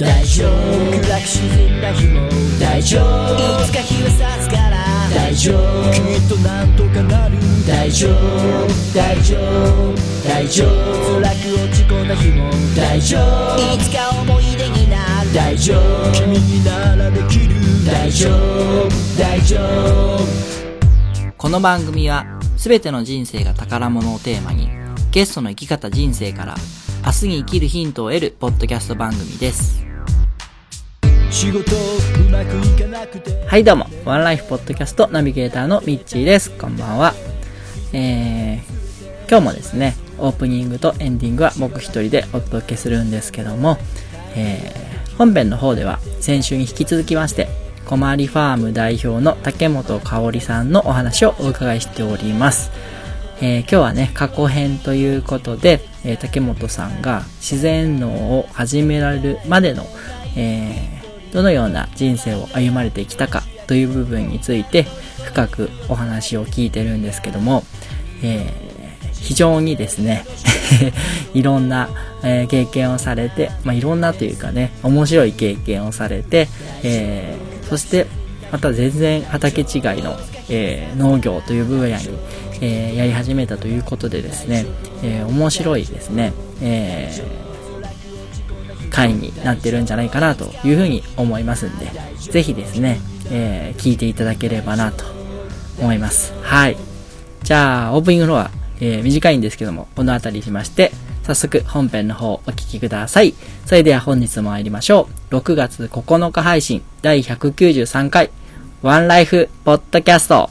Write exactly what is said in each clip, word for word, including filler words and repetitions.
大丈夫暗く沈んだ日も大丈夫いつか日は差すから大丈夫きっとなんとかなる大丈夫大丈夫大丈夫辛く落ち込んだ日も大丈夫いつか思い出になる大丈夫君にならできる大丈夫大丈夫。 この番組はすべての人生が宝物をテーマにゲストの生き方人生から明日に生きるヒントを得るポッドキャスト番組です。 仕事うまくいかなくてはいどうも、ワンライフポッドキャストナビゲーターのミッチーです。こんばんは。えー、今日もですねオープニングとエンディングは僕一人でお届けするんですけども、えー、本編の方では先週に引き続きましてコマリファーム代表の竹本香織さんのお話をお伺いしております。えー、今日はね過去編ということで、えー、竹本さんが自然農を始められるまでの、えーどのような人生を歩まれてきたかという部分について深くお話を聞いてるんですけども、えー、非常にですねいろんな、えー、経験をされて、まあ、いろんなというかね面白い経験をされて、えー、そしてまた全然畑違いの、えー、農業という分野に、えー、やり始めたということでですね、えー、面白いですね、えー回になってるんじゃないかなというふうに思いますんで、ぜひですね、えー、聞いていただければなと思います。はい。じゃあオープニングの方は、えー、短いんですけどもこの辺りにしまして、早速本編の方お聞きください。それでは本日も参りましょう。ろくがつここのか配信だいひゃくきゅうじゅうさんかいワンライフポッドキャスト。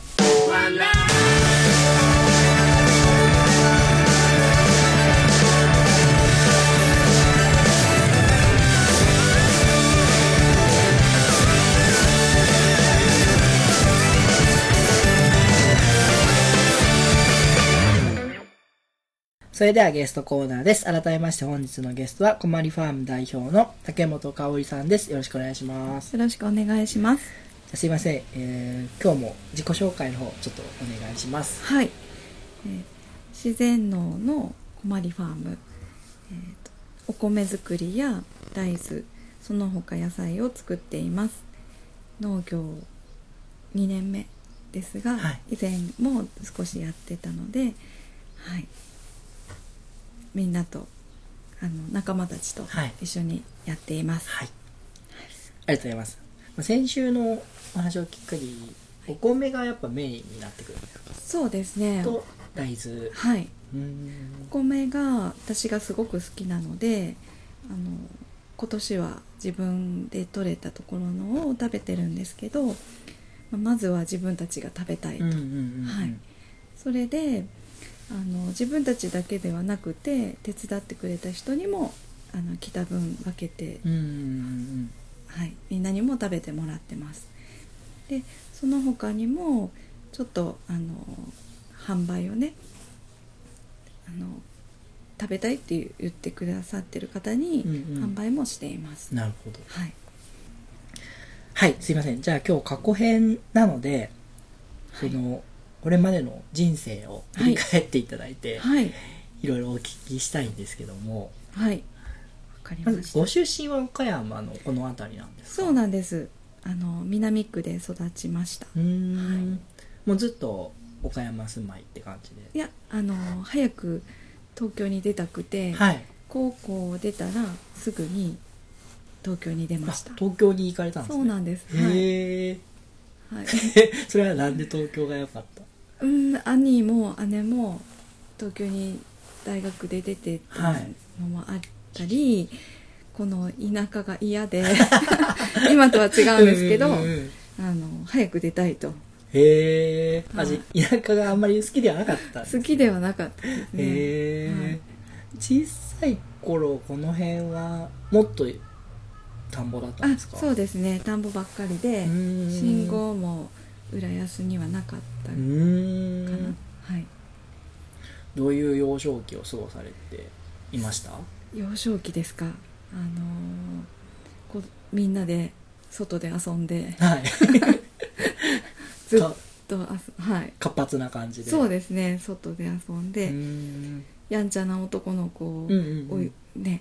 それではゲストコーナーです。改めまして本日のゲストはコマリファーム代表の竹本香織さんです。よろしくお願いします。 よろしくお願いします。 じゃすいません、えー、今日も自己紹介の方ちょっとお願いします。 はい、えー、自然農のコマリファーム、えーと、お米作りや大豆その他野菜を作っています。農業にねんめですが、はい、以前も少しやってたので、はい、みんなとあの仲間たちと一緒にやっています。 はい、はい、ありがとうございます。先週のお話を聞く限りお米がやっぱメインになってくるんですか？ そうですね。 と大豆。 はい。うーんお米が私がすごく好きなので、あの今年は自分で採れたところのを食べてるんですけど、まあ、まずは自分たちが食べたいと、うんうんうんうん、はい、それであの自分たちだけではなくて手伝ってくれた人にもあの来た分分けて、うんうんうんはい、みんなにも食べてもらってます。でその他にもちょっとあの販売をねあの食べたいって言ってくださってる方に販売もしています。 うんうん、なるほど。 はい、 はい、すいません。じゃあ今日過去編なので、はい、そのこれまでの人生を振り返っていただいて、はい、いろいろお聞きしたいんですけども、 はい、わかりました。 ご出身は岡山のこの辺りなんですか？ そうなんです。あの南区で育ちました。 うーん、はい、もうずっと岡山住まいって感じで？ いや、あの早く東京に出たくて、はい、高校を出たらすぐに東京に出ました。 東京に行かれたんですね。 そうなんです。 へえ、はい、それはなんで東京が良かった？ うん、兄も姉も東京に大学で出てたのもあったり、はい、この田舎が嫌で今とは違うんですけど、うんうんうん、あの早く出たいと。 へえ、はい、田舎があんまり好きではなかったんです、ね、 好きではなかったですね。 へえ、はい、小さい頃この辺はもっと田んぼだったんですか？ あ、そうですね、田んぼばっかりで信号も浦安にはなかったかな。うーん、はい、 どういう幼少期を過ごされていました？ 幼少期ですか？あのー、こうみんなで外で遊んで、はい、ずっとあす、はい、 活発な感じで。 そうですね、外で遊んで、うーん、やんちゃな男の子を、うんうんうん、ね、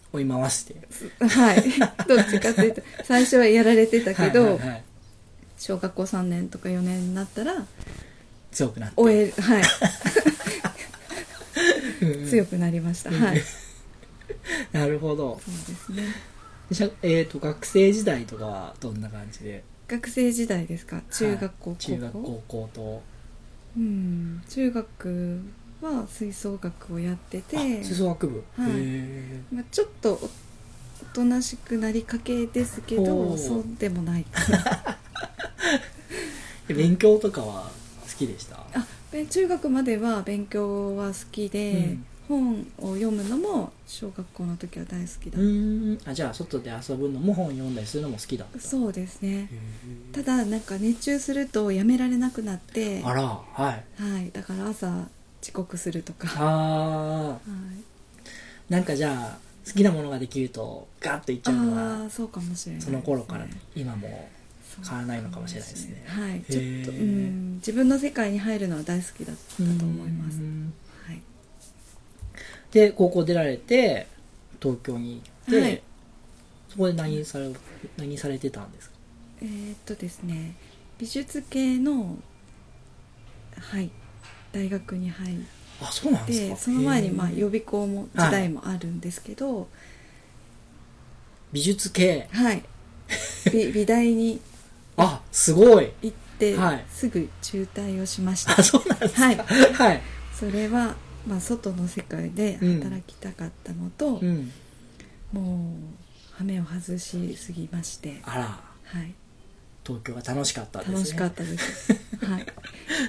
追い回してはいどっちかというと最初はやられてたけど、 はいはいはい、 小学校さんねんとかよねんになったら強くなって追える、はい強くなりました、はいなるほど。 そうですね。 じゃ、えーと、学生時代とかはどんな感じで？ 学生時代ですか？中学校、 はい、中学高校と。 うん、中学は吹奏楽をやってて、 吹奏楽部、 はい、 へまあ、ちょっとおとなしくなりかけですけど、そうでもない勉強とかは好きでした？ あ、中学までは勉強は好きで、うん、本を読むのも小学校の時は大好きだった。 うーん、あ、じゃあ外で遊ぶのも本読んだりするのも好きだった？ そうですね。ただなんか熱中するとやめられなくなって、 あら、はい、 はい、だから朝遅刻するとか、 あ、はい、なんかじゃあ好きなものができるとガッといっちゃうのは、 あ、そうかもしれないですね。 その頃から今も変わらないのかもしれないですね。 はい、ちょっと、うん、自分の世界に入るのは大好きだったと思います。はい。 で高校出られて東京に行って、はい、そこで何され何されてたんですか？ えー、っとですね、美術系の、はい、大学に入って、 あ、そうなんですか？ その前にまあ予備校も時代もあるんですけど、はい、 美術系、 はい、美, 美大にあ、すごい行って、はい、すぐ中退をしました。 あ、そうなんですか？はい、はい、 それは、まあ、外の世界で働きたかったのと、うん、もう羽目を外しすぎまして、 あら、 はい、 東京が楽しかったですね。 楽しかったですはい。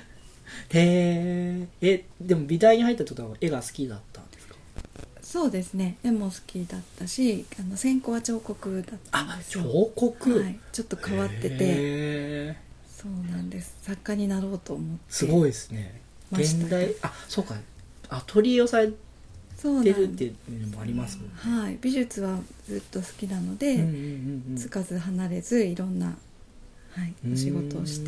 へえ、でも美大に入った時は絵が好きだったんですか？ そうですね、絵も好きだったし、あの専攻は彫刻だったんですよ。 あ、彫刻、 はい、ちょっと変わってて、そうなんです、作家になろうと思って。 すごいですね。現代、あ、そうか、アトリエをされてるっていうのもありますもんね。 はい、美術はずっと好きなので、うんうんうんうん、つかず離れずいろんな、はい、お仕事をして、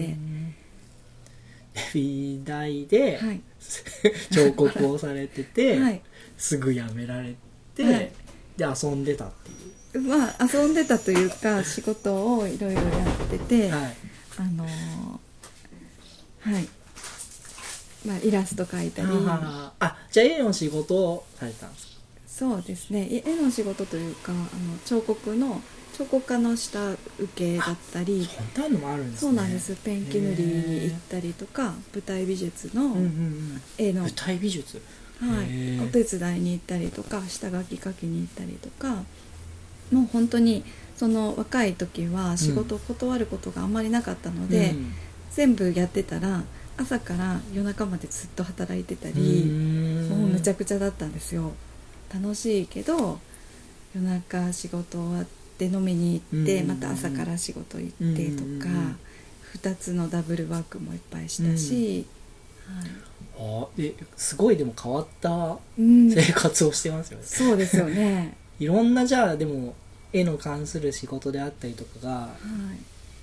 美大で、はい、彫刻をされてて、はい、すぐ辞められて、はい、で遊んでたっていう、 まあ遊んでたというか仕事をいろいろやってて、はい、あのー、はい、まあ、イラスト描いたり、 ああ、じゃあ絵の仕事をされたんですか？ そうですね、絵の仕事というか、あの彫刻の彫刻家の下請けだったり、 そんなのもあるんですね。 そうなんです。ペンキ塗りに行ったりとか、舞台美術の絵の、うんうんうん、 舞台美術、 はい、お手伝いに行ったりとか、下書き描きに行ったりとか、もう本当にその若い時は仕事を断ることがあんまりなかったので、うん、全部やってたら朝から夜中までずっと働いてたり、もうめちゃくちゃだったんですよ。楽しいけど夜中仕事終わって飲みに行って、また朝から仕事行ってとか、ふたつのダブルワークもいっぱいしたし、 はい、あ、え、すごいでも変わった生活をしてますよね、うん、 そうですよねいろんな、じゃあでも絵の関する仕事であったりとかが、はい、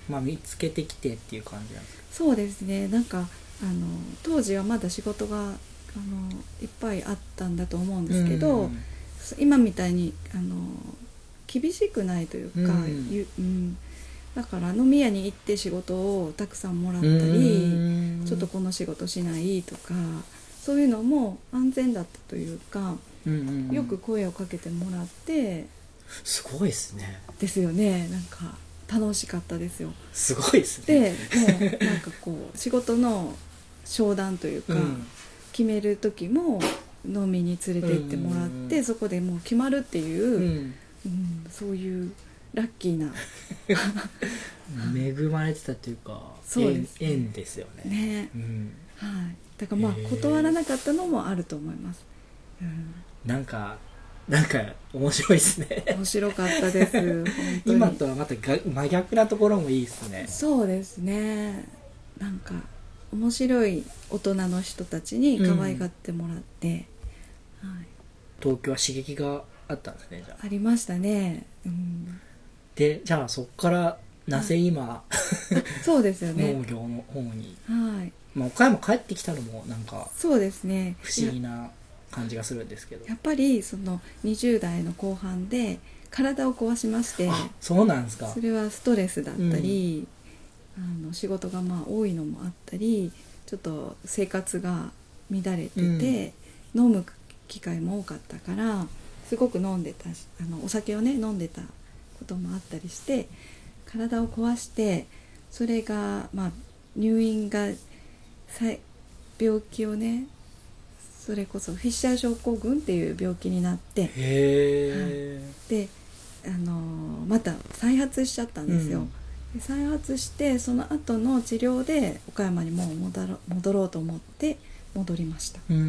まあ、見つけてきてっていう感じなんですか？そうですね、 なんかあの当時はまだ仕事があのいっぱいあったんだと思うんですけど、うん、今みたいにあの厳しくないというか、うんゆうん、だから飲み屋に行って仕事をたくさんもらったり、ちょっとこの仕事しないとか、そういうのも安全だったというか、うんうんうん、よく声をかけてもらって、 すごいですね。 ですよね、なんか楽しかったですよ。 すごいですね。 で、もうなんかこう仕事の商談というか、うん、決める時も飲みに連れて行ってもらって、うんうんうん、そこでもう決まるっていう、うんうん、そういうラッキーな恵まれてたというか、そうです、ね、縁ですよね。 ね、うん、はい。だからまあ断らなかったのもあると思います。うん、 なんかなんか面白いですね。 面白かったです。本当に今とはまた真逆なところもいいですね。 そうですね。なんか面白い大人の人たちに可愛がってもらって、 うん、はい、東京は刺激があったんですね。じゃあ。 ありましたね。うん、 で、じゃあそこからなぜ今、 そうですよね。 農業の方に。 はい。 まあ、岡山帰ってきたのもなんかそうですね。 不思議な感じがするんですけど。 やっぱりそのにじゅう代の後半で体を壊しまして、 あ、そうなんですか。それはストレスだったり、うん、あの仕事がまあ多いのもあったり、ちょっと生活が乱れてて、うん、飲む機会も多かったからすごく飲んでたし、あのお酒をね飲んでたこともあったりして体を壊して、それがまあ入院が病気をね、それこそフィッシャー症候群っていう病気になって、 へー、 はい、で、あのー、また再発しちゃったんですよ、うん、で再発してその後の治療で岡山にもう戻ろ、戻ろうと思って戻りました。 うーん、うん、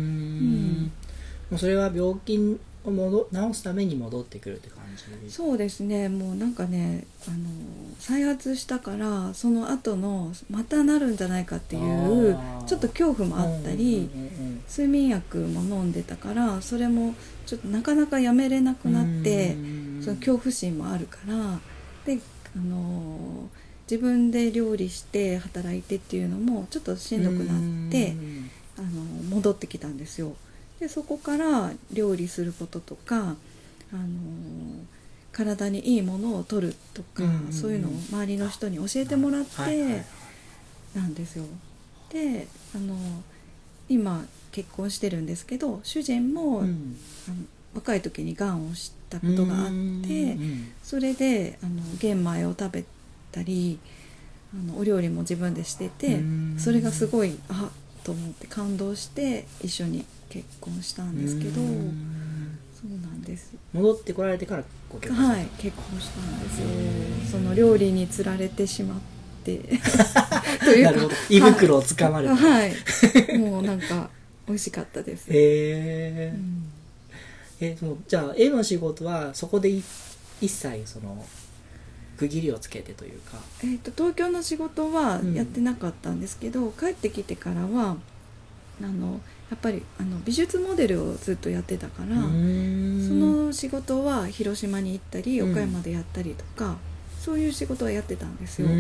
もうそれは病気を戻治すために戻ってくるって感じ。 そうですね、もうなんかね、あの再発したからその後のまたなるんじゃないかっていうちょっと恐怖もあったり、うんうんうん、睡眠薬も飲んでたからそれもちょっとなかなかやめれなくなって、その恐怖心もあるからで、あの自分で料理して働いてっていうのもちょっとしんどくなってあの戻ってきたんですよ。でそこから料理することとか、あの体にいいものを取るとか、うんうんうん、そういうのを周りの人に教えてもらってなんですよ。で、あの今結婚してるんですけど、主人も、うん、あの若い時にがんを知ったことがあって、うんうん、それであの玄米を食べたりあのお料理も自分でしてて、うん、それがすごいあと思って感動して一緒に結婚したんですけど、そうなんです。 戻ってこられてからご結婚した。 はい、結婚したんですよ。その料理につられてしまってというか、なるほど、 胃袋をつかまれた。 はい、はい、もうなんか美味しかったです。 へー、うん、えそのじゃあ絵の仕事はそこで一切その区切りをつけてというか、 えーと、東京の仕事はやってなかったんですけど、うん、帰ってきてからはあのやっぱりあの美術モデルをずっとやってたから、その仕事は広島に行ったり岡山でやったりとか、うん、そういう仕事はやってたんですよ。うん、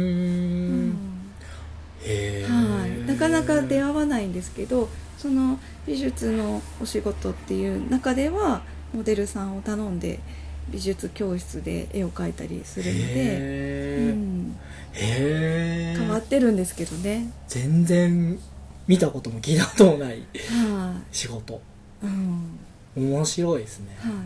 へー、 はい、なかなか出会わないんですけど、その美術のお仕事っていう中ではモデルさんを頼んで美術教室で絵を描いたりするので、 へー、うん、へー、 変わってるんですけどね。 全然見たことも聞いたこともない仕事、はい、うん、面白いですね、 はい、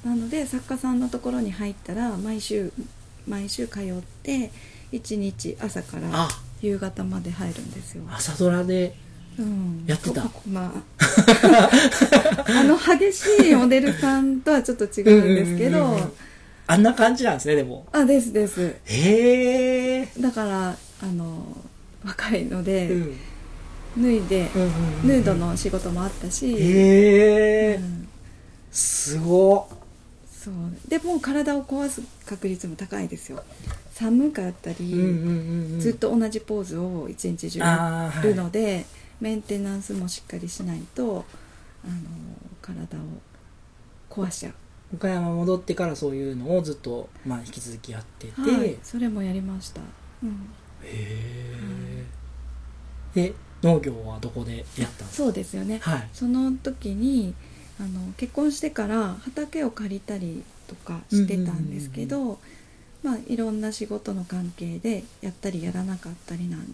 なので作家さんのところに入ったら毎週毎週通っていちにち朝から夕方まで入るんですよ。 朝ドラでやってた、うん、まああの激しいモデルさんとはちょっと違うんですけど、うんうんうんうん、 あんな感じなんですね。でもあですです。 へー、 だからあの若いので、うん脱いで、うんうんうんうん、ヌードの仕事もあったし、 へー、うん、すごっ。 そうでも体を壊す確率も高いですよ。寒かったり、うんうんうんうん、ずっと同じポーズを一日中やるので、はい、メンテナンスもしっかりしないとあの体を壊しちゃう。 岡山戻ってからそういうのをずっと、まあ、引き続きやってて、 はい、それもやりました、うん、 へー、うん、で農業はどこでやったんですか？ そうですよね、はい、その時にあの結婚してから畑を借りたりとかしてたんですけど、うんうんうんうん、まあ、いろんな仕事の関係でやったりやらなかったりなんです。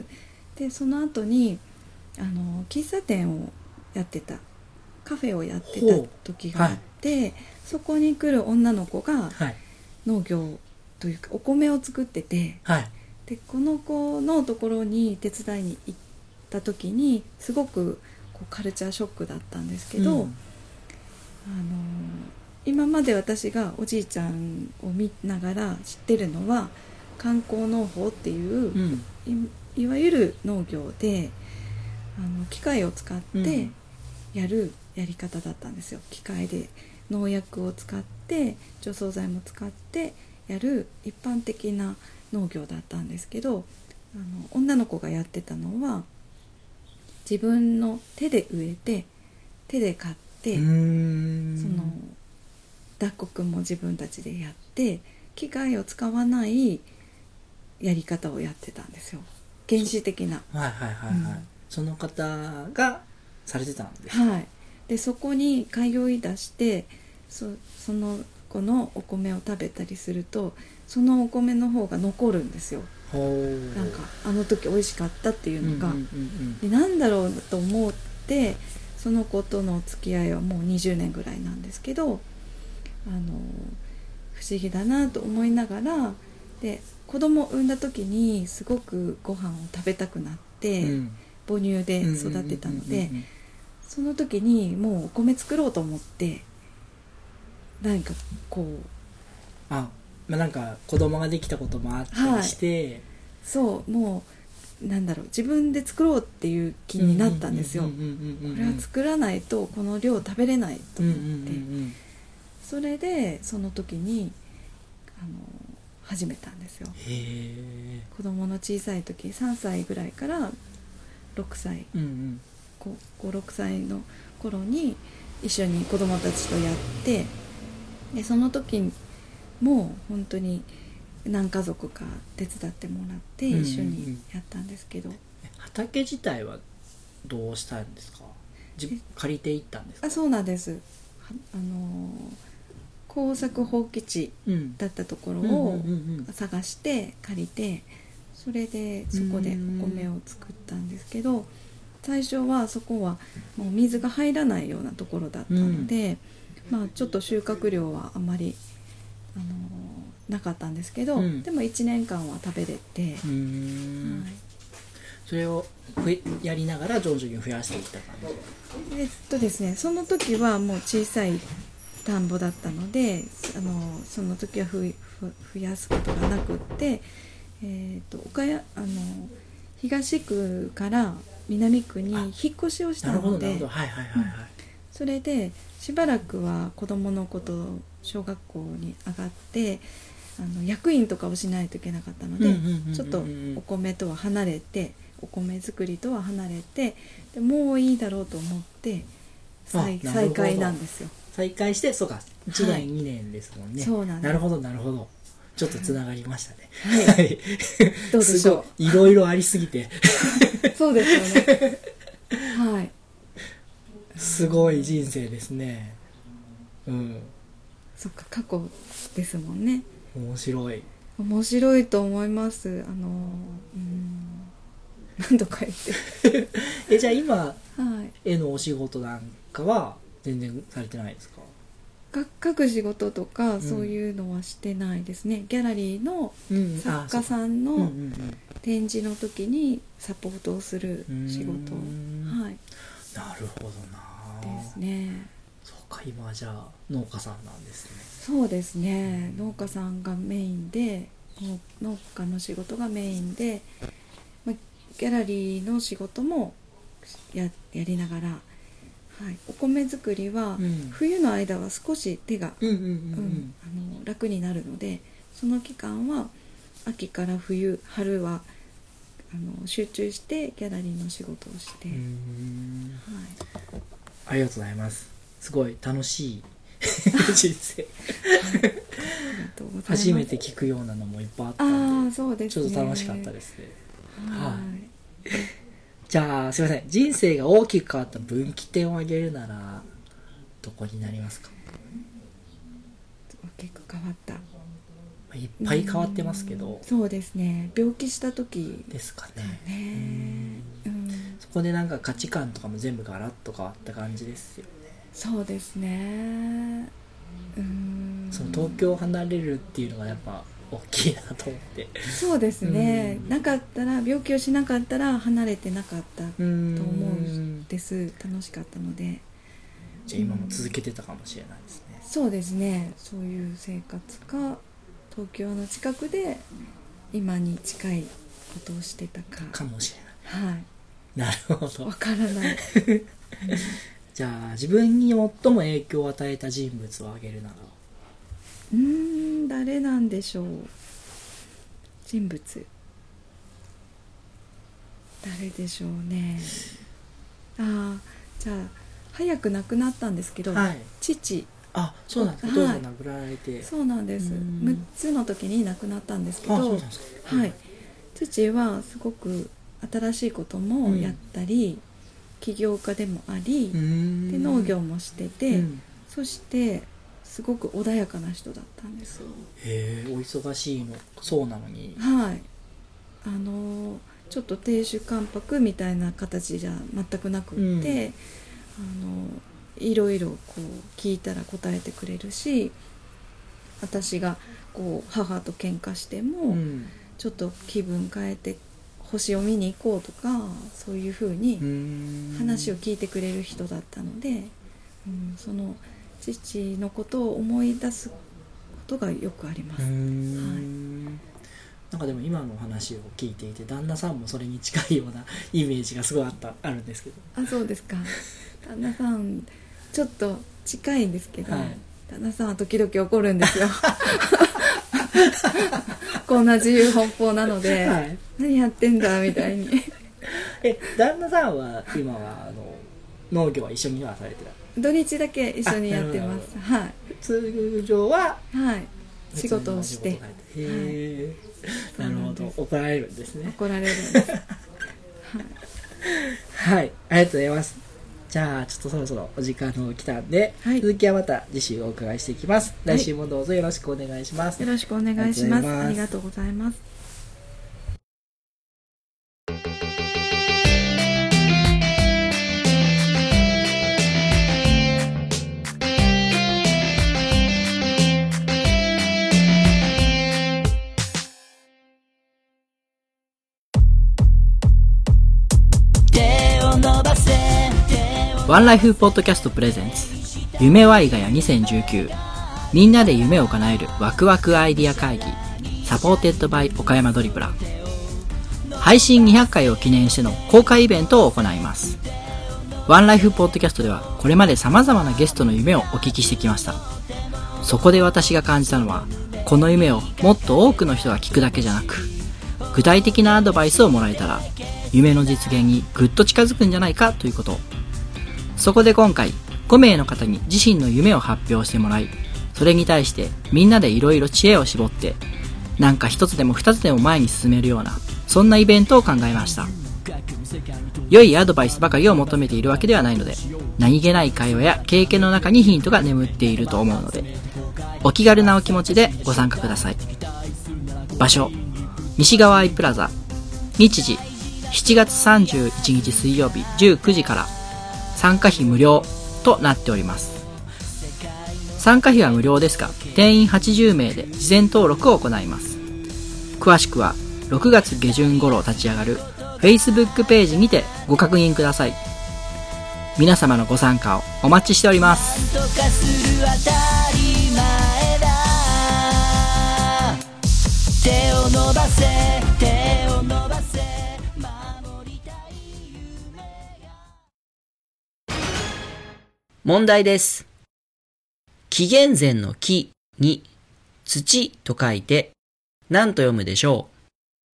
でその後にあの喫茶店をやってたカフェをやってた時があって、はい、そこに来る女の子が農業というかお米を作ってて、はい、でこの子のところに手伝いに行った時にすごくこうカルチャーショックだったんですけど、うん、あの今まで私がおじいちゃんを見ながら知ってるのは観光農法っていう、うん、い, いわゆる農業であの機械を使ってやるやり方だったんですよ。機械で農薬を使って除草剤も使ってやる一般的な農業だったんですけど、あの女の子がやってたのは自分の手で植えて手で刈ってその脱穀も自分たちでやって機械を使わないやり方をやってたんですよ。原始的な。 はいはいはいはい、うん、その方がされてたんですか？ はい。 でそこに通い出して そ, その子のお米を食べたりするとそのお米の方が残るんですよ。なんかあの時美味しかったっていうのが、うんうんうんうん、でなんだろうと思ってその子との付き合いはもうにじゅうねんぐらいなんですけど、あの不思議だなと思いながら、で子供を産んだ時にすごくご飯を食べたくなって、うん、母乳で育てたので、その時にもうお米作ろうと思って何かこうあ、まあ、なんか子供ができたこともあったりして、はい、 そうもうなんだろう自分で作ろうっていう気になったんですよ。これは作らないとこの量食べれないと思って、うんうんうんうん、それでその時にあの始めたんですよ。へー。子供の小さい時さんさいぐらいからろくさい、うんうん、ご、ろくさいの頃に一緒に子供たちとやって、でその時もう本当に何家族か手伝ってもらって一緒にやったんですけど、うんうんうん、 畑自体はどうしたんですか？借りていったんですか？ あ、そうなんです。あの耕作放棄地だったところを探して借りて、それでそこでお米を作ったんですけど、最初はそこはもう水が入らないようなところだったので、うん、まあちょっと収穫量はあまりあのなかったんですけど、うん、でもいちねんかんは食べれて、うーん、はい、 それをやりながら徐々に増やしていった感じ。えっとですね、その時はもう小さい田んぼだったので、あのその時はふふ増やすことがなくって、えー、と岡谷あの東区から南区に引っ越しをしたので、それでしばらくは子どものこと小学校に上がってあの役員とかをしないといけなかったので、うんうんうんうん、ちょっとお米とは離れてお米作りとは離れて、でもういいだろうと思って再, 再開なんですよ。 再開して、そうか、いちねん、はい、にねんですもんね。 そうなんです。 なるほどなるほど、ちょっとつながりましたね。 はい、どうでしょう。 いろいろありすぎてそうですよね。はい。 すごい人生ですね。うん。 そっか、過去ですもんね。 面白い。 面白いと思います。あの、うん、何度か言ってえ、じゃあ今、 はい、 絵のお仕事なんかは全然されてないですか？ 書く仕事とかそういうのはしてないですね、うん、ギャラリーの作家さんの展示の時にサポートをする仕事、はい、 なるほどなですね。 そうか、今はじゃあ農家さんなんですね。そうですね、農家さんがメインで、農家の仕事がメインで、まあ、ギャラリーの仕事も や, やりながら、はい、お米作りは、うん、冬の間は少し手が楽になるので、その期間は秋から冬、春はあの集中してギャラリーの仕事をして、うーん、 はい、ありがとうございます。すごい楽しい人生初めて聞くようなのもいっぱいあったんで、あ、そうですね、ちょっと楽しかったですね。はい、はい、じゃあすいません、人生が大きく変わった分岐点を挙げるならどこになりますか？ 大きく変わった、 いっぱい変わってますけど、 うそうですね、病気した時ですかね。 ね、うん、 そこでなんか価値観とかも全部ガラッと変わった感じですよね。 そうですね、うーん、 その東京を離れるっていうのがやっぱ大きいなと思って。 そうですね、なかったら、病気をしなかったら離れてなかったと思うんです。楽しかったので。 じゃあ今も続けてたかもしれないですね。 うそうですね、そういう生活か東京の近くで今に近いことをしてたかかもしれない。 はい、 なるほど、 わからないじゃあ自分に最も影響を与えた人物を挙げるなら、 うーん、誰なんでしょう。人物、誰でしょうね。ああ、じゃあ早く亡くなったんですけど、はい、父、 あ、そうなんです、お父さん亡くなられて。 そうなんです。むっつの時に亡くなったんですけど、あ、そうなんですか。はい、父はすごく新しいこともやったり、うん、 起業家でもあり、 うーんで農業もしてて、 うん、 そしてすごく穏やかな人だったんですよ。 へえ、お忙しいのそうなのに。 はい、あのちょっと亭主関白みたいな形じゃ全くなくって、うん、あのいろいろこう聞いたら答えてくれるし、私がこう母と喧嘩しても、うん、ちょっと気分変えて星を見に行こうとか、そういう風に話を聞いてくれる人だったので、うん、その父のことを思い出すことがよくあります。うーん、 はい、なんかでも今の話を聞いていて、旦那さんもそれに近いようなイメージがすごいあったあるんですけど。 あ、そうですか。旦那さんちょっと近いんですけど、はい、旦那さんは時々怒るんですよ。こんな自由奔放なので、はい、何やってんだみたいに。 え、旦那さんは今はあの農業は一緒にはされてた？ 土日だけ一緒にやってます。はい。 通常は、 はい、仕事をして。 へー、はい、なるほど。怒られるんですね。 怒られるんです。はい、 はい、ありがとうございます。じゃあちょっとそろそろお時間の来たんで、はい、続きはまた次週お伺いしていきます。来週もどうぞよろしくお願いします。 よろしくお願いします。ありがとうございます。 ワンライフポッドキャストプレゼンツ夢ワイガヤにせんじゅうきゅう、みんなで夢を叶えるワクワクアイディア会議、サポーテッドバイ岡山ドリプラ。配信にひゃっかいを記念しての公開イベントを行います。ワンライフポッドキャストではこれまで様々なゲストの夢をお聞きしてきました。そこで私が感じたのは、この夢をもっと多くの人が聞くだけじゃなく、具体的なアドバイスをもらえたら夢の実現にぐっと近づくんじゃないかということ。そこで今回ごめいの方に自身の夢を発表してもらい、それに対してみんなでいろいろ知恵を絞って、なんか一つでも二つでも前に進めるような、そんなイベントを考えました。良いアドバイスばかりを求めているわけではないので、何気ない会話や経験の中にヒントが眠っていると思うので、お気軽なお気持ちでご参加ください。場所、西側アイプラザ。日時、しちがつさんじゅういちにち水曜日じゅうくじから。参加費無料となっております。参加費は無料ですが、定員はちじゅうめいで事前登録を行います。詳しくはろくがつげじゅん頃立ち上がる Facebook ページにてご確認ください。皆様のご参加をお待ちしております。なんとかする当たり前だ。手を伸ばせ、手を伸ばせ、守りたい夢が。問題です。紀元前の紀に土と書いて何と読むでしょう。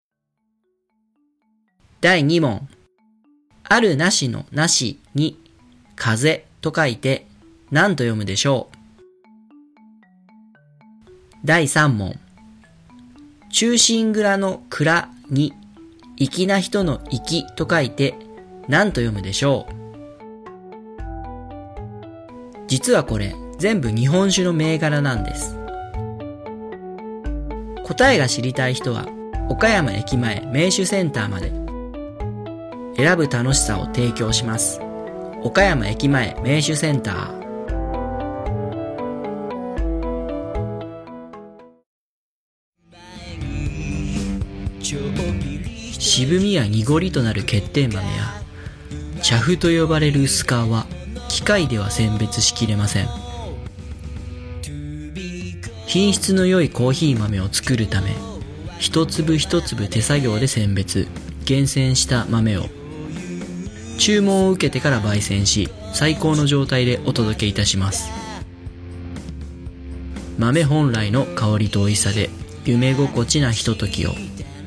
だいに問。あるなしのなしに風と書いて何と読むでしょう。だいさん問。忠臣蔵の蔵に粋な人の粋と書いて何と読むでしょう。実はこれ全部日本酒の銘柄なんです。答えが知りたい人は岡山駅前名酒センターまで。選ぶ楽しさを提供します。岡山駅前名酒センター。渋みや濁りとなる欠点豆や茶粉と呼ばれる薄皮は機械では選別しきれません。品質の良いコーヒー豆を作るため、一粒一粒手作業で選別厳選した豆を注文を受けてから焙煎し、最高の状態でお届けいたします。豆本来の香りと美味しさで夢心地なひとときを。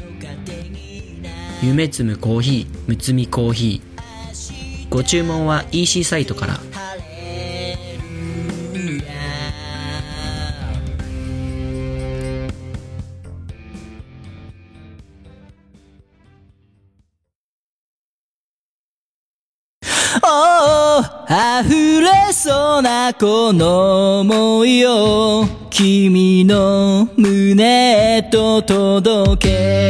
夢摘むコーヒー、むつみコーヒー。ご注文は イーシー サイトから。 溢れそうなこの想いを君の胸へと届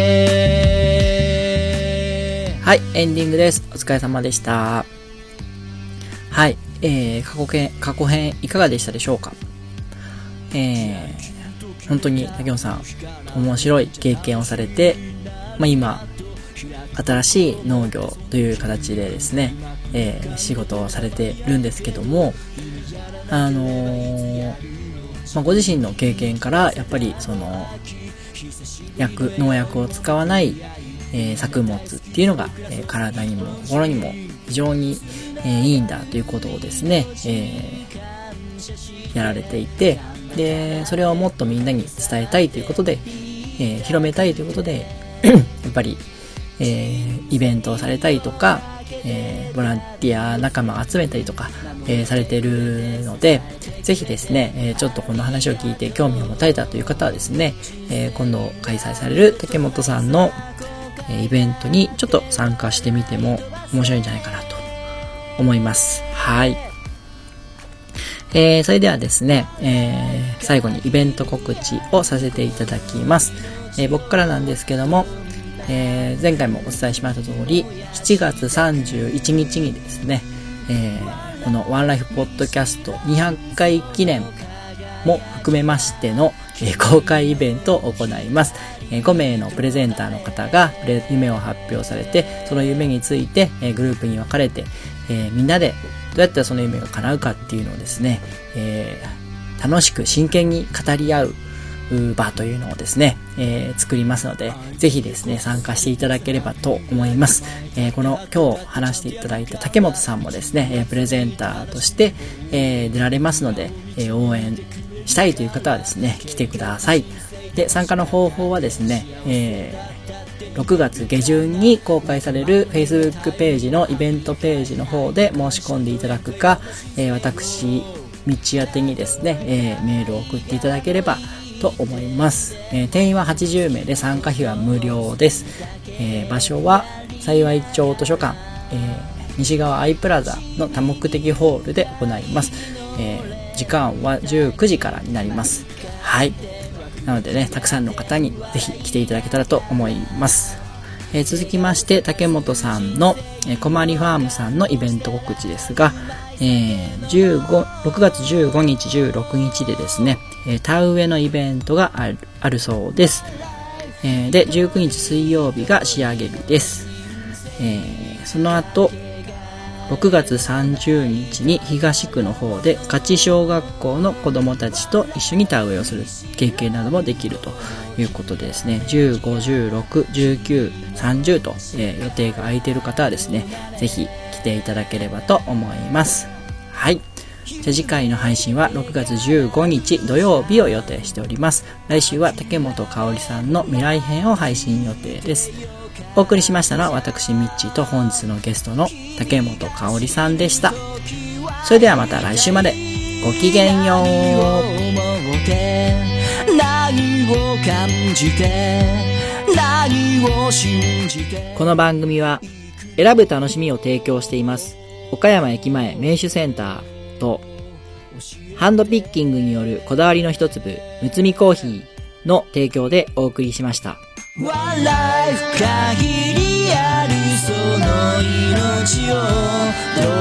け。 はい、エンディングです。お疲れ様でした。はい、えー、過去編、過去編いかがでしたでしょうか。えー、本当に竹本さん、面白い経験をされて、まあ、今、新しい農業という形でですね、えー、仕事をされてるんですけども、あのーまあ、ご自身の経験からやっぱりその薬農薬を使わない、えー、作物っていうのが、えー、体にも心にも非常に、えー、いいんだということをですね、えー、やられていて、でそれをもっとみんなに伝えたいということで、えー、広めたいということでやっぱりえー、イベントをされたりとか、えー、ボランティア仲間を集めたりとか、えー、されているので、ぜひですね、えー、ちょっとこの話を聞いて興味を持たれたという方はですね、えー、今度開催される竹本さんの、えー、イベントにちょっと参加してみても面白いんじゃないかなと思います。はい。えー、それではですね、えー、最後にイベント告知をさせていただきます。えー、僕からなんですけども、えー、前回もお伝えしました通り、しちがつさんじゅういちにちにですね、えー、このワンライフポッドキャストにひゃっかい記念も含めましての、えー、公開イベントを行います。えー、ごめいのプレゼンターの方が夢を発表されて、その夢について、えー、グループに分かれて、えー、みんなでどうやったらその夢が叶うかっていうのをですね、えー、楽しく真剣に語り合う場というのをですね、えー、作りますので、ぜひですね参加していただければと思います。えー、この今日話していただいた竹本さんもですね、えー、プレゼンターとして、えー、出られますので、えー、応援したいという方はですね来てください。で、参加の方法はですね、えー、ろくがつげじゅんに公開される Facebook ページのイベントページの方で申し込んでいただくか、えー、私道宛てにですね、えー、メールを送っていただければと思います。えー、定員ははちじゅうめいで参加費は無料です。えー、場所は幸町図書館、えー、西側アイプラザの多目的ホールで行います。えー、時間はじゅうくじからになります。はい。なのでね、たくさんの方にぜひ来ていただけたらと思います。えー、続きまして竹本さんの、えー、こまりファームさんのイベント告知ですが、えー、ろくがつじゅうごにちじゅうろくにちでですね、えー、田植えのイベントがある、あるそうです。えー、でじゅうくにち水曜日が仕上げ日です。えー、その後ろくがつさんじゅうにちに東区の方で勝ち小学校の子どもたちと一緒に田植えをする経験などもできるということでですね、じゅうご、じゅうろく、じゅうきゅう、さんじゅうと、えー、予定が空いている方はですね、ぜひ来ていただければと思います。はい。じゃあ次回の配信はろくがつじゅうごにち土曜日を予定しております。来週は竹本香織さんの未来編を配信予定です。お送りしましたのは私ミッチーと本日のゲストの竹本香織さんでした。それではまた来週までごきげんよう。何を感じて何を信じて。この番組は選ぶ楽しみを提供しています岡山駅前名手センターとハンドピッキングによるこだわりの一粒むつみコーヒーの提供でお送りしました。 ワンライフ限りあるその命を